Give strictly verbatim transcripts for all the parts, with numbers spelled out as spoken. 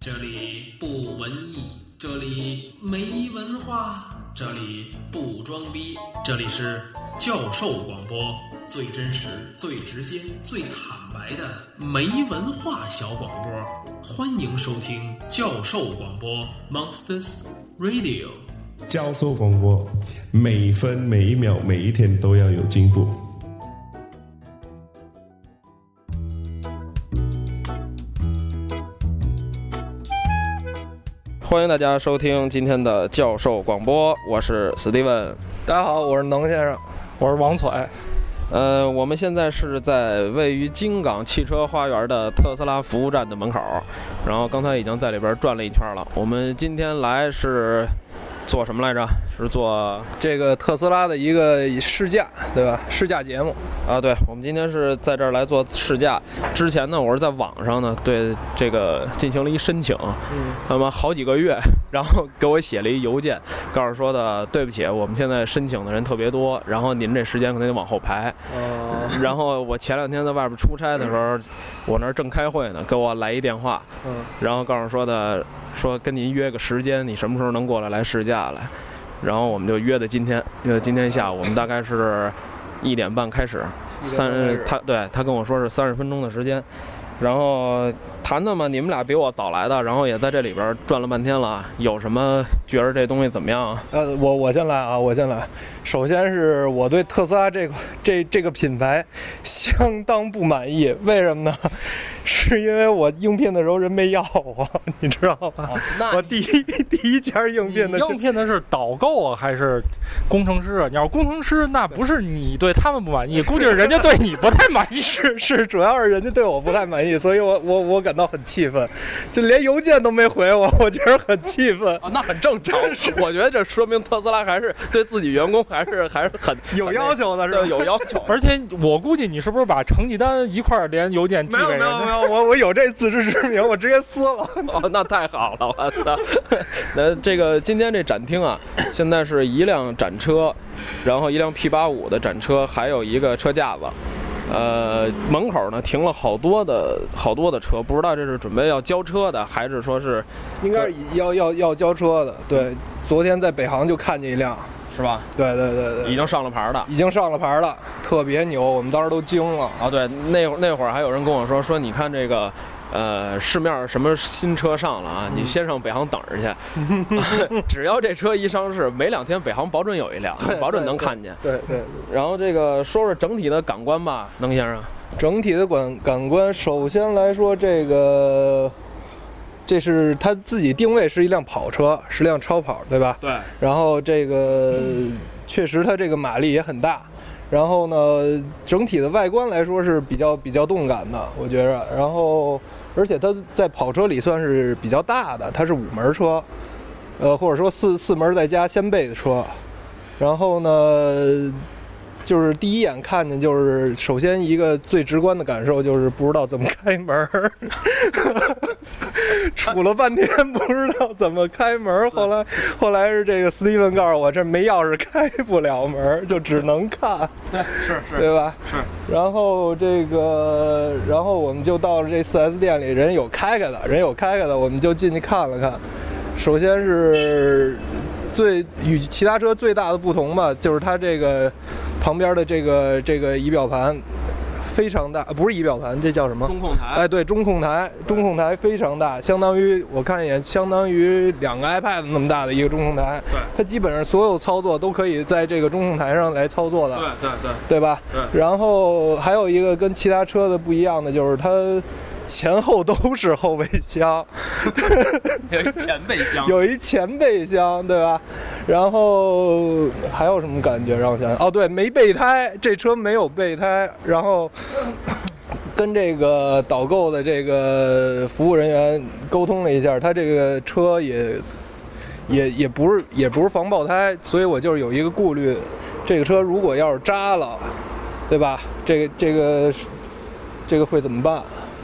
这里不文艺，这里没文化，这里不装逼，这里是教授广播，最真实、最直接、最坦白的没文化小广播。欢迎收听教授广播 Monsters Radio。 教授广播，每分每一秒每一天都要有进步。 欢迎大家收听今天的教授广播，我是 Steven。 大家好，我是能先生。 我是王彩。 呃，我们现在是在位于京港汽车花园的特斯拉服务站的门口，然后刚才已经在里边转了一圈了。我们今天来是做什么来着？是做这个特斯拉的一个试驾，对吧？试驾节目啊，对，我们今天是在这儿来做试驾。之前呢，我是在网上呢对这个进行了一申请，嗯，那么好几个月，然后给我写了一邮件，告诉说的对不起，我们现在申请的人特别多，然后您这时间可能得往后排。哦。然后我前两天在外边出差的时候，我那儿正开会呢，给我来一电话，嗯，然后告诉说的说跟您约个时间，你什么时候能过来来试驾来？然后我们就约的今天，约的今天下午，我们大概是一点半开始，三他对他跟我说是三十分钟的时间，然后谈谈嘛，你们俩比我早来的，然后也在这里边转了半天了，有什么觉得这东西怎么样啊？ 呃，我我先来啊，我先来。首先是我对特斯拉这个这这个品牌相当不满意，为什么呢？是因为我应聘的时候人没要我，你知道吧？哦、我第一第一家应聘的应聘的是导购啊，还是工程师啊？你要是工程师，那不是你对他们不满意，估计是人家对你不太满意。 是是，主要是人家对我不太满意，所以我我我感到很气愤，就连邮件都没回我，我觉得很气愤。 啊，那很正常。我觉得这说明特斯拉还是对自己员工还是还是很有要求的，是吧？ 有要求。 而且我估计你是不是把成绩单一块连邮件寄给人家？ 没有没有。我我有这自知之明，我直接撕了。 哦，那太好了，我操！那这个今天这展厅啊，现在是一辆展车，然后一辆 P 八十五 的展车，还有一个车架子。呃，门口呢停了好多的好多的车，不知道这是准备要交车的，还是说是应该是要要要交车的。对，昨天在北航就看见一辆。 是吧？ 对对对对， 已经上了牌的， 已经上了牌了，特别牛，我们当时都惊了啊！对，那会儿那会儿还有人跟我说说，你看这个，呃，市面什么新车上了啊，你先上北航等着去，只要这车一上市，没两天北航保准有一辆，保准能看见。 对 对, 对, 对。 然后这个说说整体的感官吧，能先生。 整体的感感官，首先来说这个。这是它自己定位是一辆跑车，是辆超跑，对吧？ 对。 然后这个确实它这个马力也很大，然后呢，整体的外观来说是比较比较动感的，我觉着。然后，而且它在跑车里算是比较大的，它是五门车，呃，或者说四四门再加掀背的车。然后呢，就是第一眼看见，就是首先一个最直观的感受就是不知道怎么开门。杵了半天不知道怎么开门，后来后来是这个斯蒂文告诉我，这没钥匙开不了门，就只能看。 对，是是， 对吧？ 是。 然后这个，然后我们就到了这 四 S 店里，人有开开的，人有开开的，我们就进去看了看。首先是最与其他车最大的不同吧，就是它这个旁边的这个这个仪表盘。非常大，不是仪表盘，这叫什么？ 中控台。 哎，对，中控台，中控台非常大，相当于我看一眼，相当于两个 iPad 那么大的一个中控台。 对， 它基本上所有操作都可以在这个中控台上来操作的。 对对对， 对吧？ 对。 然后还有一个跟其他车的不一样的就是它前后都是后备箱， 有一前备箱， 有一前备箱，对吧？然后还有什么感觉让我想想？哦，对，没备胎，这车没有备胎。然后跟这个导购的这个服务人员沟通了一下，他这个车也也也不是也不是防爆胎，所以我就是有一个顾虑，这个车如果要是扎了，对吧？这个这个这个会怎么办？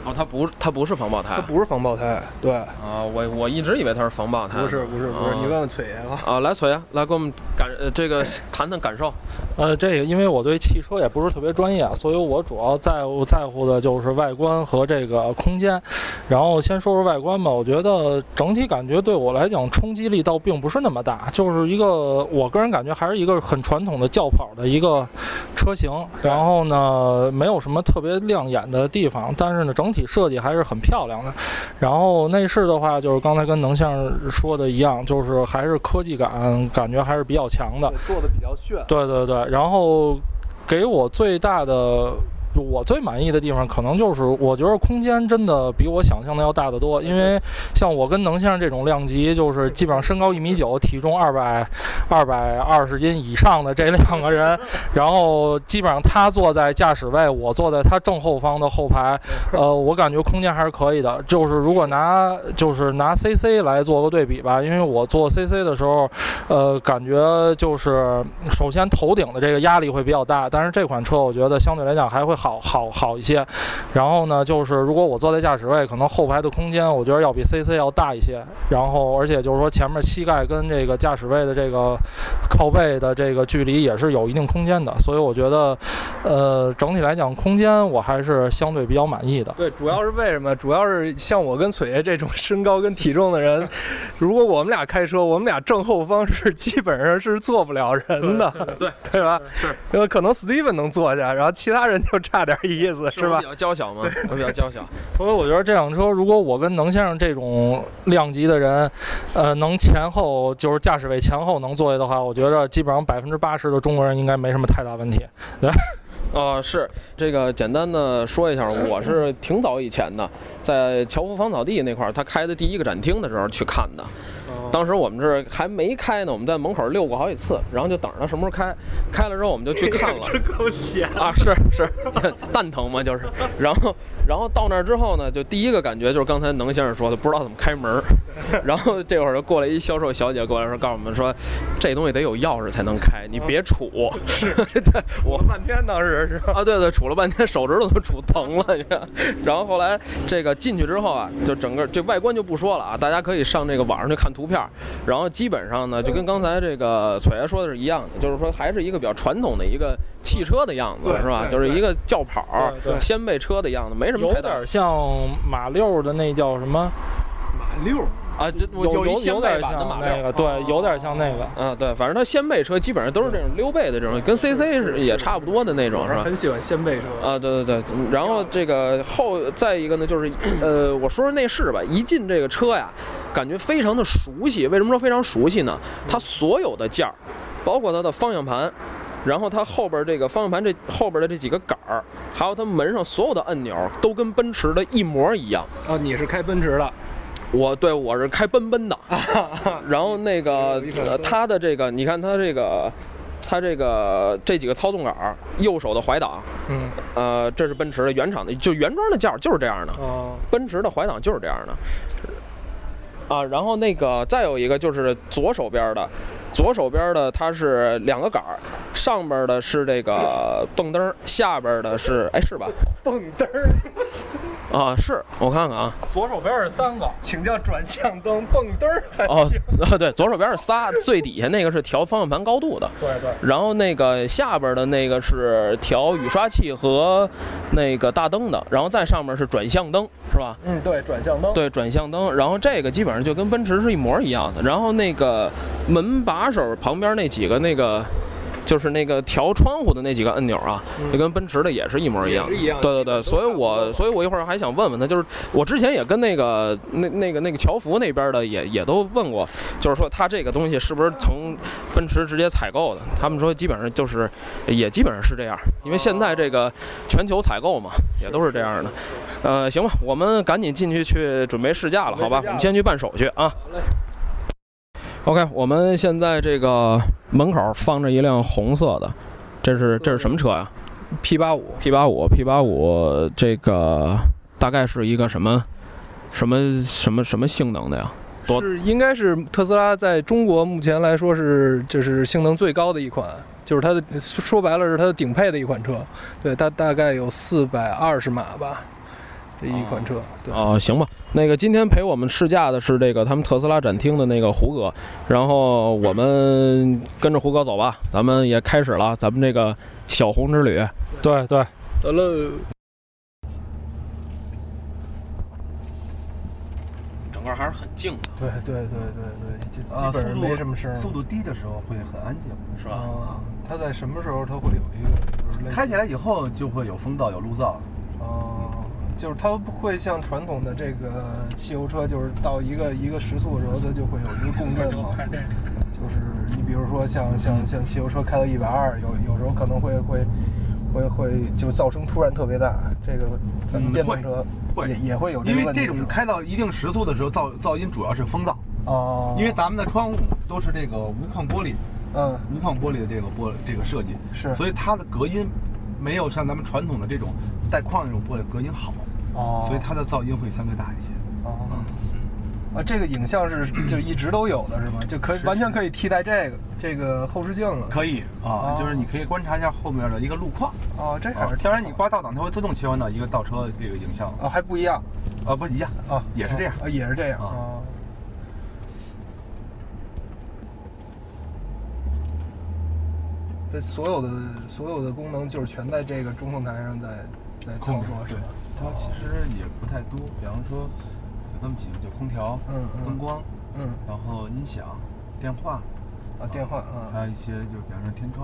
哦，它不它不是防爆胎， 它不是防爆胎，对啊，我我一直以为它是防爆胎， 不是不是不是， 啊、 你问问崔爷吧。 啊，来崔爷来给我们感呃这个谈谈感受。 呃，这个因为我对汽车也不是特别专业，所以我主要在乎在乎的就是外观和这个空间。然后先说说外观吧，我觉得整体感觉对我来讲冲击力倒并不是那么大，就是一个我个人感觉还是一个很传统的轿跑的一个车型。然后呢，没有什么特别亮眼的地方，但是呢，整体设计还是很漂亮的。然后内饰的话，就是刚才跟能相说的一样，就是还是科技感感觉还是比较强的， 做的比较炫。 对对对，然后给我最大的。我最满意的地方可能就是我觉得空间真的比我想象的要大得多，因为像我跟能先生这种量级，就是基本上身高一米九，体重二百二百二十斤以上的这两个人，然后基本上他坐在驾驶位，我坐在他正后方的后排，呃，我感觉空间还是可以的。就是如果拿就是拿 C C 来做个对比吧，因为我做 C C 的时候，呃，感觉就是首先头顶的这个压力会比较大，但是这款车我觉得相对来讲还会好好好一些。然后呢，就是如果我坐在驾驶位，可能后排的空间我觉得要比 C C 要大一些。然后而且就是说前面膝盖跟这个驾驶位的这个靠背的这个距离也是有一定空间的，所以我觉得，呃，整体来讲空间我还是相对比较满意的。 对，主要是为什么？主要是像我跟崔爷这种身高跟体重的人，如果我们俩开车，我们俩正后方是基本上是坐不了人的， 对对吧？ 是， 因为可能 Steven 能坐下，然后其他人就差点意思，是吧？ 比较娇小嘛，我比较娇小， 所以我觉得这辆车，如果我跟能先生这种量级的人，呃，能前后就是驾驶位前后能坐下的话，我觉得基本上百分之八十的中国人应该没什么太大问题。对。 啊、呃，是这个简单的说一下，我是挺早以前的，在侨福芳草地那块儿，他开的第一个展厅的时候去看的。当时我们这还没开呢，我们在门口溜过好几次，然后就等着他什么时候开。开了之后我们就去看了。 这够闲啊！是是，蛋疼嘛就是。然后然后到那儿之后呢，就第一个感觉就是刚才能先生说的，不知道怎么开门。然后这会儿就过来一销售小姐过来说，告诉我们说，这东西得有钥匙才能开，你别杵。 是， 对，我半天当时是吧？ 啊，对对，杵了半天，手指头都杵疼了。然后后来这个进去之后啊，就整个这外观就不说了啊，大家可以上这个网上去看图片。然后基本上呢，就跟刚才这个崔爷说的是一样的，就是说还是一个比较传统的一一个汽车的样子，是吧？就是一个轿跑、掀背车的样子，没什么太大。 有点像马六的那叫什么？ 马六。 啊，这有一掀背版的马那个，对，有点像那个。 啊，对，反正它掀背车基本上都是这种溜背的这种，跟 C C 是也差不多的那种，是吧？ 很喜欢掀背车啊，对对对。然后这个后再一个呢，就是呃，我说说内饰吧。一进这个车呀，感觉非常的熟悉。为什么说非常熟悉呢？它所有的件儿，包括它的方向盘。然后它后边这个方向盘这后边的这几个杆儿，还有它门上所有的按钮，都跟奔驰的一模一样。 哦，你是开奔驰的？ 我对我是开奔奔的。然后那个呃，它的这个，你看它这个，它这个这几个操纵杆儿，右手的怀档， 嗯， 呃，这是奔驰的原厂的，就原装的件儿就是这样的。 哦， 奔驰的怀档就是这样的。啊，然后那个再有一个就是左手边的，左手边的它是两个杆儿，上边的是这个蹦灯，下边的是哎是吧？ 蹦灯啊，是我看看啊， 左手边是三个， 请叫转向灯，蹦灯哦，啊对，左手边是仨，最底下那个是调方向盘高度的， 对对， 然后那个下边的那个是调雨刷器和那个大灯的，然后再上面是转向灯，是吧？ 嗯，对，转向灯， 对，转向灯，然后这个基本上就跟奔驰是一模一样的，然后那个门把手旁边那几个那个。就是那个调窗户的那几个按钮啊，就跟奔驰的也是一模一样。 一样对对对，所以我所以我一会儿还想问问他，就是我之前也跟那个那那个那个乔福那边的也也都问过，就是说他这个东西是不是从奔驰直接采购的？他们说基本上就是也基本上是这样，因为现在这个全球采购嘛，也都是这样的。呃，行吧，我们赶紧进去去准备试驾了，好吧？我们先去办手续啊。OK， 我们现在这个门口放着一辆红色的，这是这是什么车呀 ？P 八五 P 八五 P 八五，这个大概是一个什么什么什么什么性能的呀？ 是应该是特斯拉在中国目前来说是就是性能最高的一款，就是它的说白了是它的顶配的一款车。对，它大概有四百二十码吧。 这一款车。对哦，行吧。那个今天陪我们试驾的是这个他们特斯拉展厅的那个胡哥，然后我们跟着胡哥走吧，咱们也开始了咱们这个小红之旅。 对对， 得了。 整个还是很静的。 对对对对对，就基本上没什么声、 啊。速度低的时候会很安静， 是吧？ 啊，它在什么时候它会有一个，就是开起来以后就会有风噪有路噪。 哦、啊，就是它不会像传统的这个汽油车，就是到一个一个时速的时候，它就会有一个共振嘛。就是你比如说像像像汽油车开到一百二，有有时候可能会会。会会就噪声突然特别大，这个咱们电动车会也也会有这个问题。 因为这种开到一定时速的时候，噪噪音主要是风噪。 哦。 因为咱们的窗户都是这个无框玻璃， 嗯， 无框玻璃的这个玻这个设计是， 所以它的隔音没有像咱们传统的这种带框那种玻璃隔音好。 哦。 所以它的噪音会相对大一些。 哦。啊，这个影像是就一直都有的是吗？就可以完全可以替代这个这个后视镜了。 可以啊，就是你可以观察一下后面的一个路况。 哦，这还是、啊、 当然你挂倒档，它会自动切换到一个倒车这个影像。 哦，还不一样。 啊，不一样啊， 也是这样啊，也是这样啊。这所有的所有的功能就是全在这个中控台上在在操作，是吧？ 它其实也不太多，比方说。这么几个，就空调、 嗯嗯、 灯光， 嗯， 然后音响、电话， 啊，电话啊， 还有一些就是比方说天窗。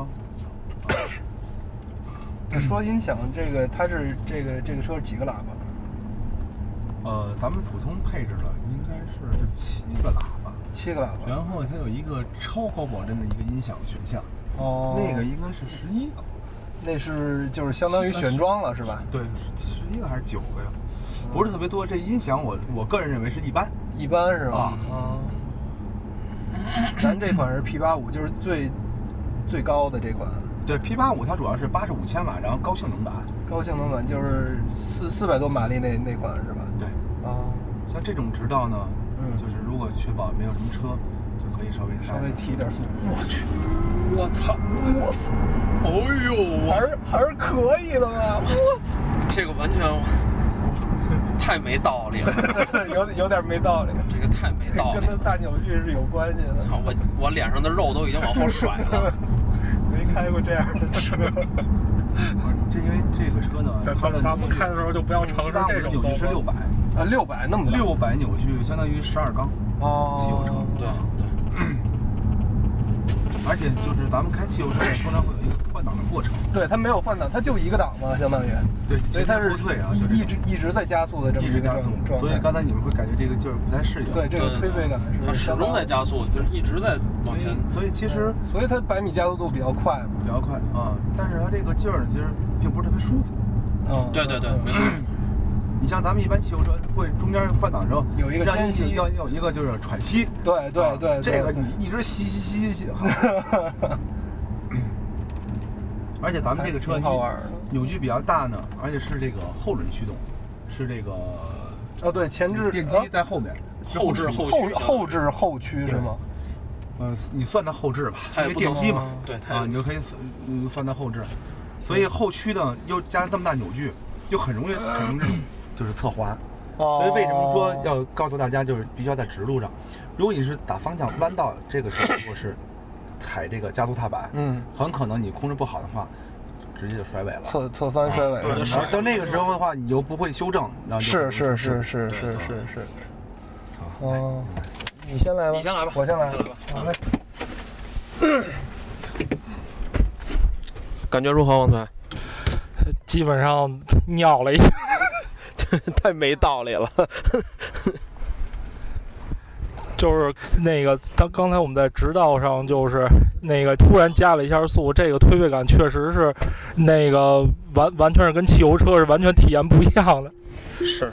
那、啊、说音响，这个它是这个这个车是几个喇叭？ 呃，咱们普通配置的应该是七个喇叭， 七个喇叭。 然后它有一个超高保真的一个音响选项， 哦， 那个应该是十一个， 那是就是相当于选装了是吧？ 对，十一个还是九个呀？不是特别多，这音响我我个人认为是一般， 一般是吧？啊，咱这款是 P 八五，就是最最高的这款。 对 ，P 八五它主要是八十五千瓦，然后高性能版。 高性能版就是四四百多马力那那款是吧？ 对。 啊， 像这种直道呢，嗯，就是如果确保没有什么车，就可以稍微稍微提点速度。 我去，我操，我操，哎呦， 还是还是可以的嘛！ 我操，这个完全。太没道理了， 有有点没道理。 这个太没道理了， 跟那大扭矩是有关系的。 操，我我脸上的肉都已经往后甩了。 没开过这样的车。 这因为这个车呢， 咱咱们开的时候就不要尝试这种。 扭矩是六百啊，六百那么大。 六百扭矩相当于十二缸。 哦。 汽油车。 对对。 而且就是咱们开汽油车通常会有一个换挡的过程。 对，它没有换挡，它就一个档嘛，相当于。 对， 所以它是后退啊， 一直一直在加速的这么一直加速。所以刚才你们会感觉这个劲儿不太适应。 对，这个推背感是。 它始终在加速，就是一直在往前。 所以其实， 所以它百米加速度比较快嘛。 比较快啊，但是它这个劲儿呢，其实并不是特别舒服。 嗯，对对对，没错。 你像咱们一般汽油车会中间换挡的时候有一个间隙， 要有一个就是喘息。 对对对， 这个你一直吸吸吸吸。而且咱们这个车扭矩比较大呢，而且是这个后轮驱动，是这个哦对，前置电机在后面， 后置后驱后置后驱是吗？ 嗯，你算它后置吧，因为电机嘛， 对啊，你就可以算算它后置，所以后驱呢又加上这么大扭矩，又很容易很容易就是侧滑。所以为什么说要告诉大家，就是必须要在直路上，如果你是打方向弯道，这个时候如果是踩这个加速踏板， 嗯， 很可能你控制不好的话，直接就甩尾了， 侧侧翻甩尾。 对，到那个时候的话，你又不会修正，然后是是是是是是是。哦，你先来吧， 你先来吧， 我先来。 好嘞。感觉如何，王队？ 基本上尿了一下， 太没道理了。 就是那个，当刚才我们在直道上，就是那个突然加了一下速，这个推背感确实是，那个完完全是跟汽油车是完全体验不一样的。 是。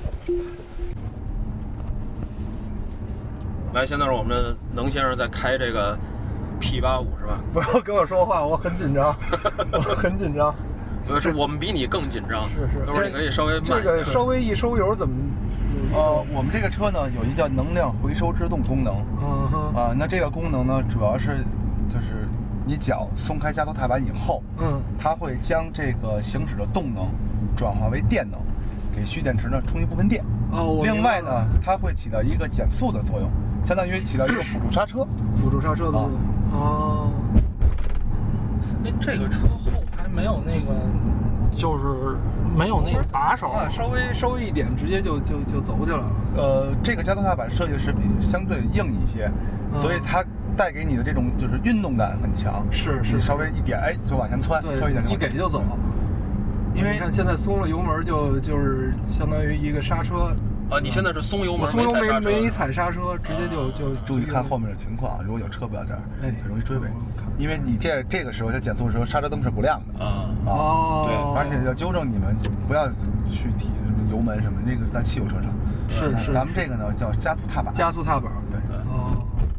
来，现在是我们的能先生在开这个 P 八五是吧？ 不要跟我说话，我很紧张，我很紧张。 不是，我们比你更紧张。 是是。 等会儿你可以稍微慢一点。 这个稍微一收油怎么？ 呃，我们这个车呢有一叫能量回收制动功能。 嗯哼。 啊，那这个功能呢，主要是就是你脚松开加速踏板以后， 嗯， 它会将这个行驶的动能转化为电能， 给蓄电池呢充一部分电。 哦， 另外呢，它会起到一个减速的作用，相当于起到一个辅助刹车。 辅助刹车的作用。哦。 哎，这个车后排没有那个，就是没有那个把手， 啊，稍微稍微一点，直接就就就走起来了。 呃，这个加速踏板设计是比相对硬一些，嗯、所以它带给你的这种就是运动感很强。 是是， 稍微一点，哎，就往前窜， 对， 一点一给就走。因为你看现在松了油门就就是相当于一个刹车。 啊，你现在是松油门， 松油没没踩刹车，直接就就注意看后面的情况，如果有车不到这儿，哎，很容易追尾。因为你这这个时候在减速的时候，刹车灯是不亮的啊啊，对，而且要纠正你们不要去提油门什么，那个在汽油车上。 是是， 咱们这个呢叫加速踏板。 加速踏板， 对。 哦。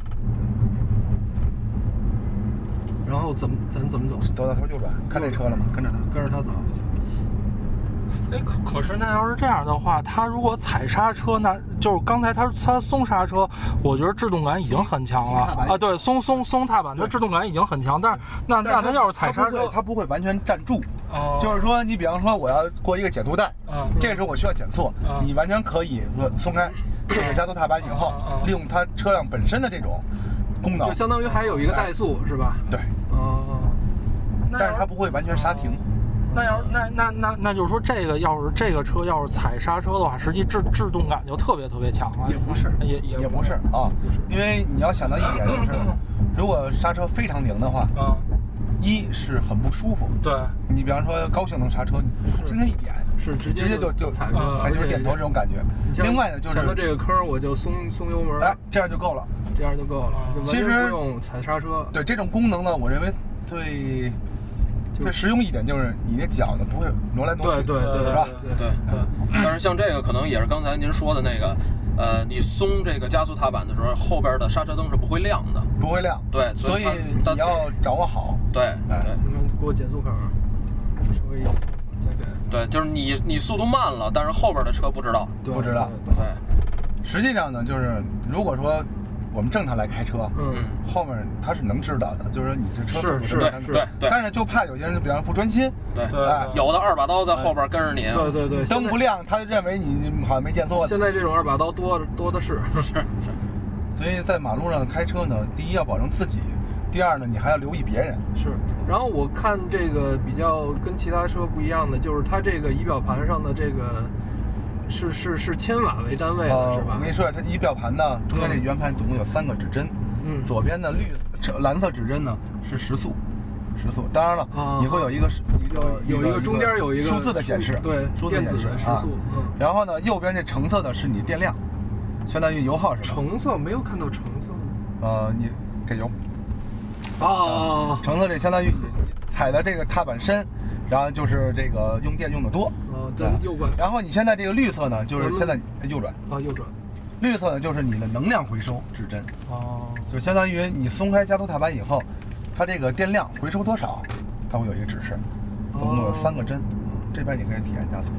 然后怎么咱怎么走？ 走到头右转，看那车了吗？跟着他， 跟着他走。 哎，可可是那要是这样的话，他如果踩刹车，那就是刚才他他松刹车，我觉得制动感已经很强了啊。对，松松松踏板的制动感已经很强，但是那那他要是踩刹车， 它不会完全站住。哦，就是说你比方说我要过一个减速带，啊，这个时候我需要减速，你完全可以说松开这个加速踏板以后，利用它车辆本身的这种功能， 就相当于还有一个怠速是吧？ 对。哦。但是它不会完全刹停。 那要那那那那就是说，这个要是这个车要是踩刹车的话，实际制制动感就特别特别强了。 也不是， 也也也不是啊，因为你要想到一点就是，如果刹车非常灵的话，啊，一是很不舒服。 对， 你比方说高性能刹车，你轻轻一点， 是直接直接就就踩过，哎，就是点头这种感觉。另外呢，就是前头这个坑我就松松油门， 哎，这样就够了， 这样就够了。 其实不用踩刹车。 对这种功能呢，我认为最。最实用一点就是你的脚呢不会挪来挪去， 对对对， 是吧？ 对对对。但是像这个可能也是刚才您说的那个，呃，你松这个加速踏板的时候，后边的刹车灯是不会亮的， 不会亮。 对， 所以你要掌握好。 对对。 你们给我减速口，稍微再给。 对，就是你你速度慢了，但是后边的车不知道， 不知道。 对。 实际上呢，就是如果说。我们正常来开车，嗯，后面他是能知道的，就是说你这车是是对对对， 但是就怕有些人比方不专心， 对对，有的二把刀在后边跟着你， 对对对， 灯不亮，他认为你好像没见错。 现在这种二把刀多多的是， 是是， 所以在马路上开车呢，第一要保证自己，第二呢你还要留意别人。 是，然后我看这个比较跟其他车不一样的，就是它这个仪表盘上的这个。是是是千瓦为单位的，呃、是吧？ 我跟你说，它仪表盘呢，中间这圆盘总共有三个指针，嗯，左边的绿蓝色指针呢是时速，时速。当然了，啊、以后有一个一个有一个中间有一个数字的显示， 对， 数字显示时速。 嗯。然后呢，右边这橙色的是你电量，相当于油耗是吧？ 橙色没有看到橙色的。呃，你给油。 啊， 橙色这相当于踩的这个踏板深。然后就是这个用电用的多， 哦，在右转。 然后你现在这个绿色呢，就是现在右转啊，右转。 绿色呢就是你的能量回收指针，哦，就相当于你松开加速踏板以后，它这个电量回收多少，它会有一个指示，总共有三个针。这边你可以体验加速。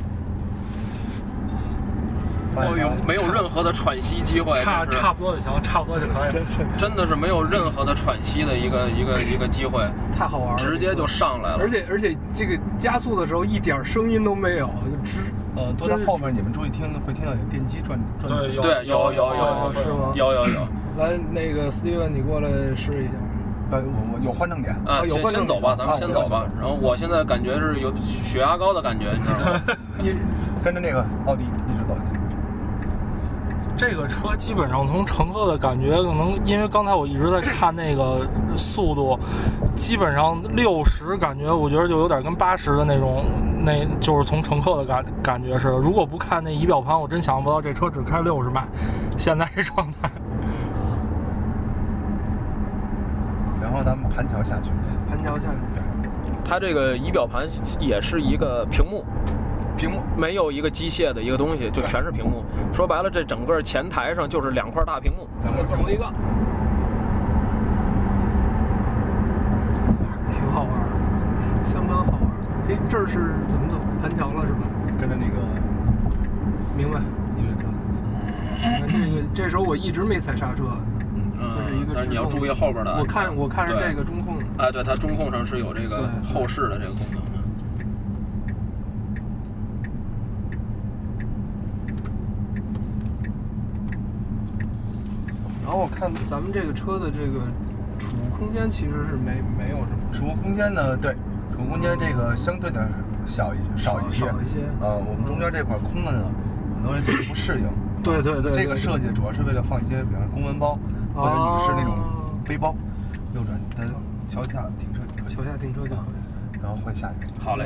哦呦，没有任何的喘息机会， 差差不多就行，差不多就可以。 真的是没有任何的喘息的一个一个一个机会， 太好玩了， 直接就上来了。 而且而且这个加速的时候一点声音都没有，就直呃，坐在后面你们注意听，会听到有电机转转。 对，有对有有有是吗？ 有有有。 来，那个 Steven， 你过来试一下。 呃，我我有换正点啊，先先走吧，咱们先走吧。然后我现在感觉是有血压高的感觉，你知道吗？ 一跟着那个奥迪一直走下去。 这个车基本上从乘客的感觉，可能因为刚才我一直在看那个速度，基本上六十感觉，我觉得就有点跟八十的那种，那就是从乘客的感感觉似的。如果不看那仪表盘，我真想不到这车只开六十迈，现在这状态。 然后咱们盘桥下去， 盘桥下去。 对， 它这个仪表盘也是一个屏幕。 屏幕没有一个机械的一个东西，就全是屏幕。说白了，这整个前台上就是两块大屏幕。 走了一个，挺好玩，相当好玩。哎，这儿是怎么走？盘桥了是吧？ 跟着那个， 明白。 音乐车。 这个这时候我一直没踩刹车。 嗯， 这是一个。 但是你要注意后边的。 我看我看是这个中控。 哎，对，它中控上是有这个后视的这个功能的。 然后我看咱们这个车的这个储物空间其实是没没有什么。 储物空间呢，对，储物空间这个相对的小一些，少一些， 少一些。 啊、呃，我们中间这块空的呢，很多人觉得不适应。 对对 对, 对， 这个设计主要是为了放一些，比方说公文包或者女士那种背包。右转，咱桥下停车， 桥下停车就可以， 然后换下一个。 好嘞。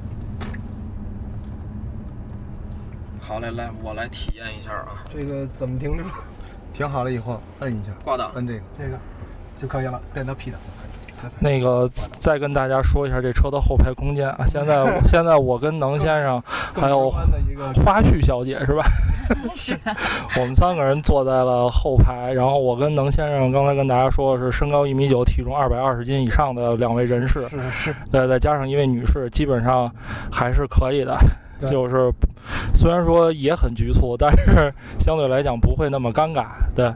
好嘞，来，我来体验一下啊。 这个怎么停车？ 停好了以后，摁一下， 挂档， 摁这个， 这个就可以了， 变到 P 档。 那个再跟大家说一下这车的后排空间啊，现在现在我跟能先生还有花絮小姐是吧？ 是。 我们三个人坐在了后排，然后我跟能先生刚才跟大家说是身高一米九，体重二百二十斤以上的两位人士， 是是。 对，再加上一位女士，基本上还是可以的。就是虽然说也很局促，但是相对来讲不会那么尴尬，对。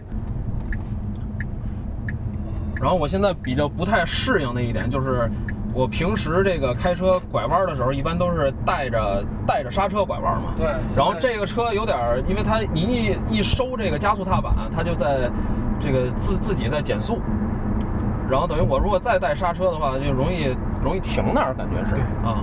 然后我现在比较不太适应的一点就是，我平时这个开车拐弯的时候，一般都是带着带着刹车拐弯嘛。 对。 然后这个车有点，因为它一一收这个加速踏板，它就在这个自自己在减速，然后等于我如果再带刹车的话，就容易容易停那儿，感觉是啊。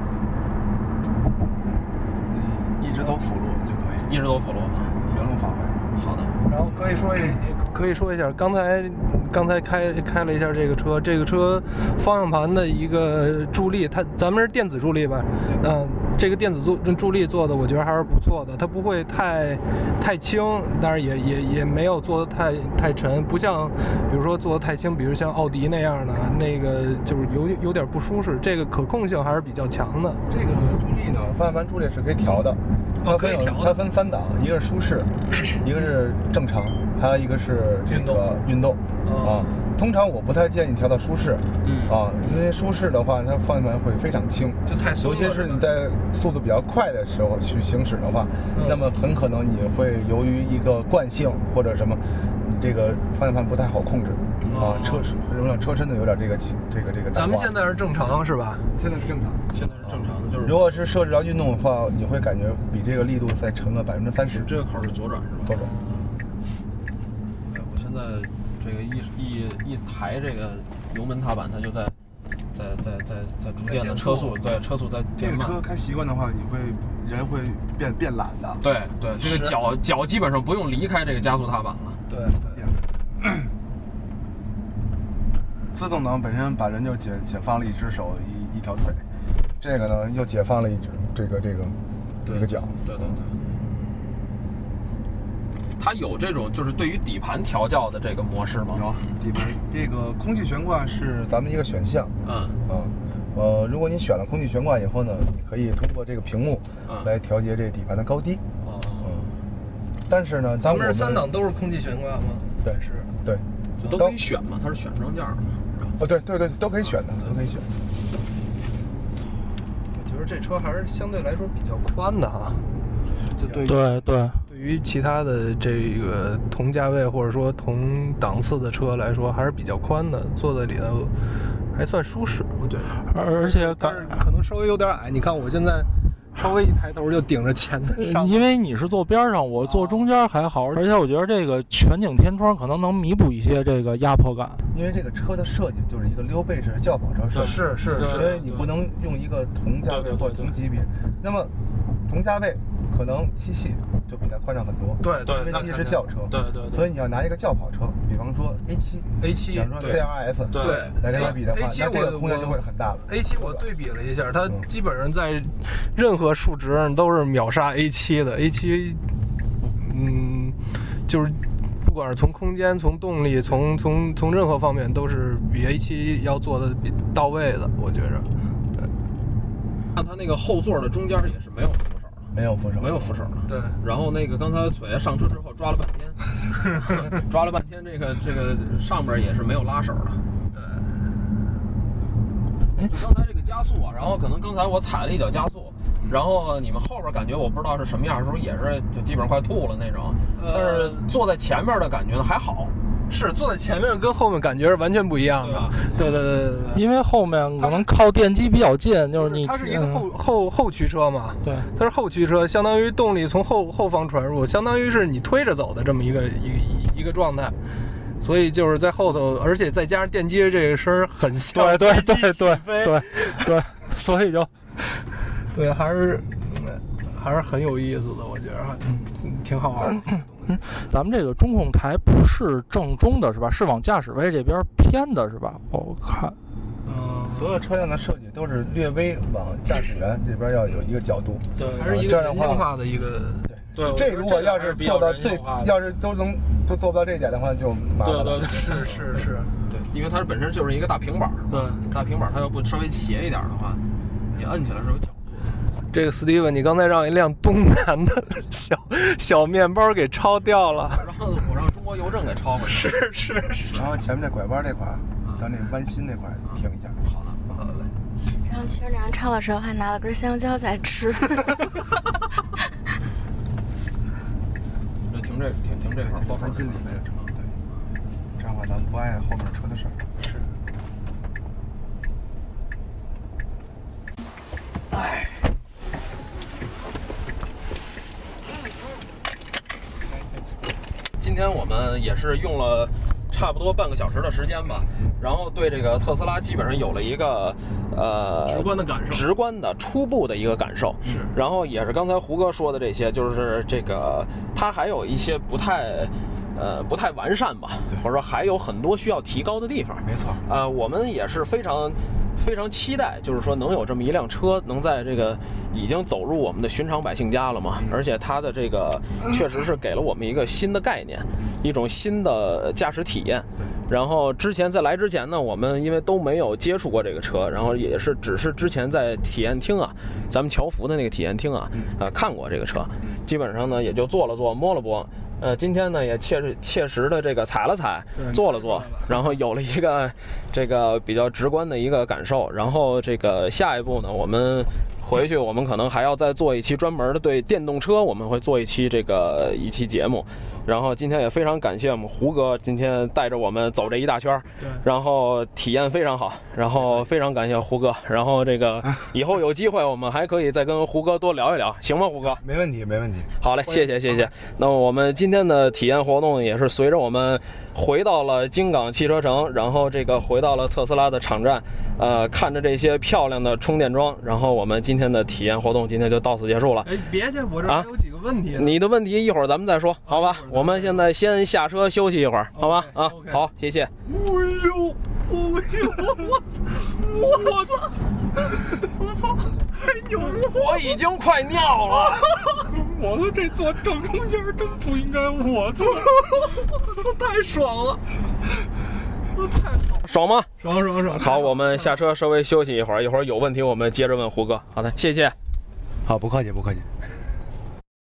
你一直都辅路就可以。 一直都辅路。 原路返回。 好的。 然后可以说一，可以说一下，刚才刚才开开了一下这个车，这个车方向盘的一个助力，它咱们是电子助力吧？嗯、呃，这个电子助助力做的，我觉得还是不错的，它不会太太轻，但是也也也没有做的太太沉，不像比如说做的太轻，比如像奥迪那样的那个就是有有点不舒适，这个可控性还是比较强的。 这个助力呢，方向盘助力是可以调的。它分有它分三档，一个是舒适，一个是正常，还有一个是这个运动啊。通常我不太建议调到舒适，嗯啊，因为舒适的话，它方向盘会非常轻， 就太松了。 尤其是你在速度比较快的时候去行驶的话，嗯、那么很可能你会由于一个惯性或者什么，你这个方向盘不太好控制。啊，车容量车身的有点这个这个这个。 咱们现在是正常是吧？ 现在是正常， 现在是正常的，就是如果是设置到运动的话，你会感觉比这个力度再沉了百分之三十。 这个口是左转是吧？ 左转。 我现在这个一一一抬这个油门踏板，它就在在在在在逐渐的车速，对车速在变慢。 这个车开习惯的话，你会人会变变懒的。 对对，这个脚脚基本上不用离开这个加速踏板了。 对对。 自动挡本身把人就解解放了一只手一一条腿，这个呢又解放了一只这个这个这个脚。 对对对。它有这种就是对于底盘调教的这个模式吗？ 有底盘这个空气悬挂是咱们一个选项。 嗯啊呃，如果你选了空气悬挂以后呢，你可以通过这个屏幕来调节这底盘的高低。 哦、 嗯。嗯。但是呢， 咱们是三档都是空气悬挂吗？ 对，是。对。 就都可以选嘛，它是选装件嘛。 哦，对对对，都可以选的，都可以选。 我觉得这车还是相对来说比较宽的哈，就对对对， 对于其他的这个同价位或者说同档次的车来说，还是比较宽的，坐在里头还算舒适，我觉得。 而且但是可能稍微有点矮，你看我现在。稍微一抬头就顶着前的上， 因为你是坐边上，我坐中间还好，而且我觉得这个全景天窗可能能弥补一些这个压迫感。 因为这个车的设计就是一个溜背式轿跑车设计， 是是是， 所以你不能用一个同价位或同级别。那么同价位可能七系就比它宽上很多， 对对， 因为七是轿车， 对对， 所以你要拿一个轿跑车，比方说 A 七 A 七， 比方说 C R S， 对， 来跟它比的话，那这个空间就会很大了。 A 七我对比了一下，它基本上在任何数值上都是秒杀 A 七的。A 七，嗯，就是不管是从空间、从动力、从从从任何方面，都是比 A 七要做的比到位的，我觉着。 看它那个后座的中间也是没有扶手的， 没有扶手， 没有扶手的。 对。 然后那个刚才腿上车之后抓了半天，抓了半天，这个这个上面也是没有拉手的。对。就刚才这个加速啊，然后可能刚才我踩了一脚加速，然后你们后边感觉我不知道是什么样，是不是也是就基本上快吐了那种？但是坐在前面的感觉呢还好， 是坐在前面跟后面感觉是完全不一样的。对对对对对。 因为后面可能靠电机比较近，就是你它是一个后、嗯、后后驱车嘛。 对， 它是后驱车，相当于动力从后后方传入，相当于是你推着走的这么一个一一个状态。所以就是在后头，而且再加上电机这个声儿很像， 对对对对对对，所以就对还是还是很有意思的，我觉得还挺好玩的。 嗯，咱们这个中控台不是正中的是吧？是往驾驶位这边偏的是吧？我看， 嗯，所有车辆的设计都是略微往驾驶员这边要有一个角度， 对，还是一个人性化的一个。 对，这如果要是做到最，要是都能都做不到这一点的话，就麻烦了。 对对对， 是是是， 对，因为它本身就是一个大平板，对，大平板它要不稍微斜一点的话，你摁起来是有角度的。 这个斯蒂文，你刚才让一辆东南的小小面包给超掉了， 然后我让中国邮政给超过去。 是是是。 然后前面这拐弯这块，到那弯心那块停一下。 好的，好的。 然后其实那样超的时候还拿了根香蕉在吃。 停这停停这块儿， 弯心里面就成对，这样的话咱们不碍后面车的事儿。是。 哎。今天我们也是用了差不多半个小时的时间吧，然后对这个特斯拉基本上有了一个呃直观的感受， 直观的初步的一个感受。 是， 然后也是刚才胡哥说的这些，就是这个它还有一些不太呃不太完善吧，或者说还有很多需要提高的地方。 没错， 呃，我们也是非常非常期待，就是说能有这么一辆车能在这个已经走入我们的寻常百姓家了嘛，而且它的这个确实是给了我们一个新的概念，一种新的驾驶体验。然后之前在来之前呢，我们因为都没有接触过这个车，然后也是只是之前在体验厅啊，咱们乔福的那个体验厅啊，呃看过这个车，基本上呢也就坐了坐，摸了摸。呃，今天呢也切实切实的这个踩了踩，坐了坐，然后有了一个这个比较直观的一个感受。然后这个下一步呢，我们回去我们可能还要再做一期专门的对电动车，我们会做一期这个一期节目。然后今天也非常感谢我们胡哥今天带着我们走这一大圈， 对， 然后体验非常好，然后非常感谢胡哥。然后这个以后有机会我们还可以再跟胡哥多聊一聊，行吗？胡哥？ 没问题，没问题。 好嘞，谢谢谢谢。那么我们今天的体验活动也是随着我们回到了京港汽车城，然后这个回到了特斯拉的场站，呃，看着这些漂亮的充电桩，然后我们今天的体验活动今天就到此结束了。 哎，别去，我这还有几个问题、啊。 你的问题一会儿咱们再说，好吧？我们现在先下车休息一会儿，好吧？ Okay, 啊， okay. 好，谢谢。 哎呦，哎呦，我操！我操！我操！太牛了！ 我已经快尿了。 我说这坐正中间真不应该我坐。 我操，太爽了！我太好， 爽吗？ 爽爽爽！ 好，我们下车稍微休息一会儿，一会儿有问题我们接着问胡哥。好的，谢谢。 好，不客气，不客气。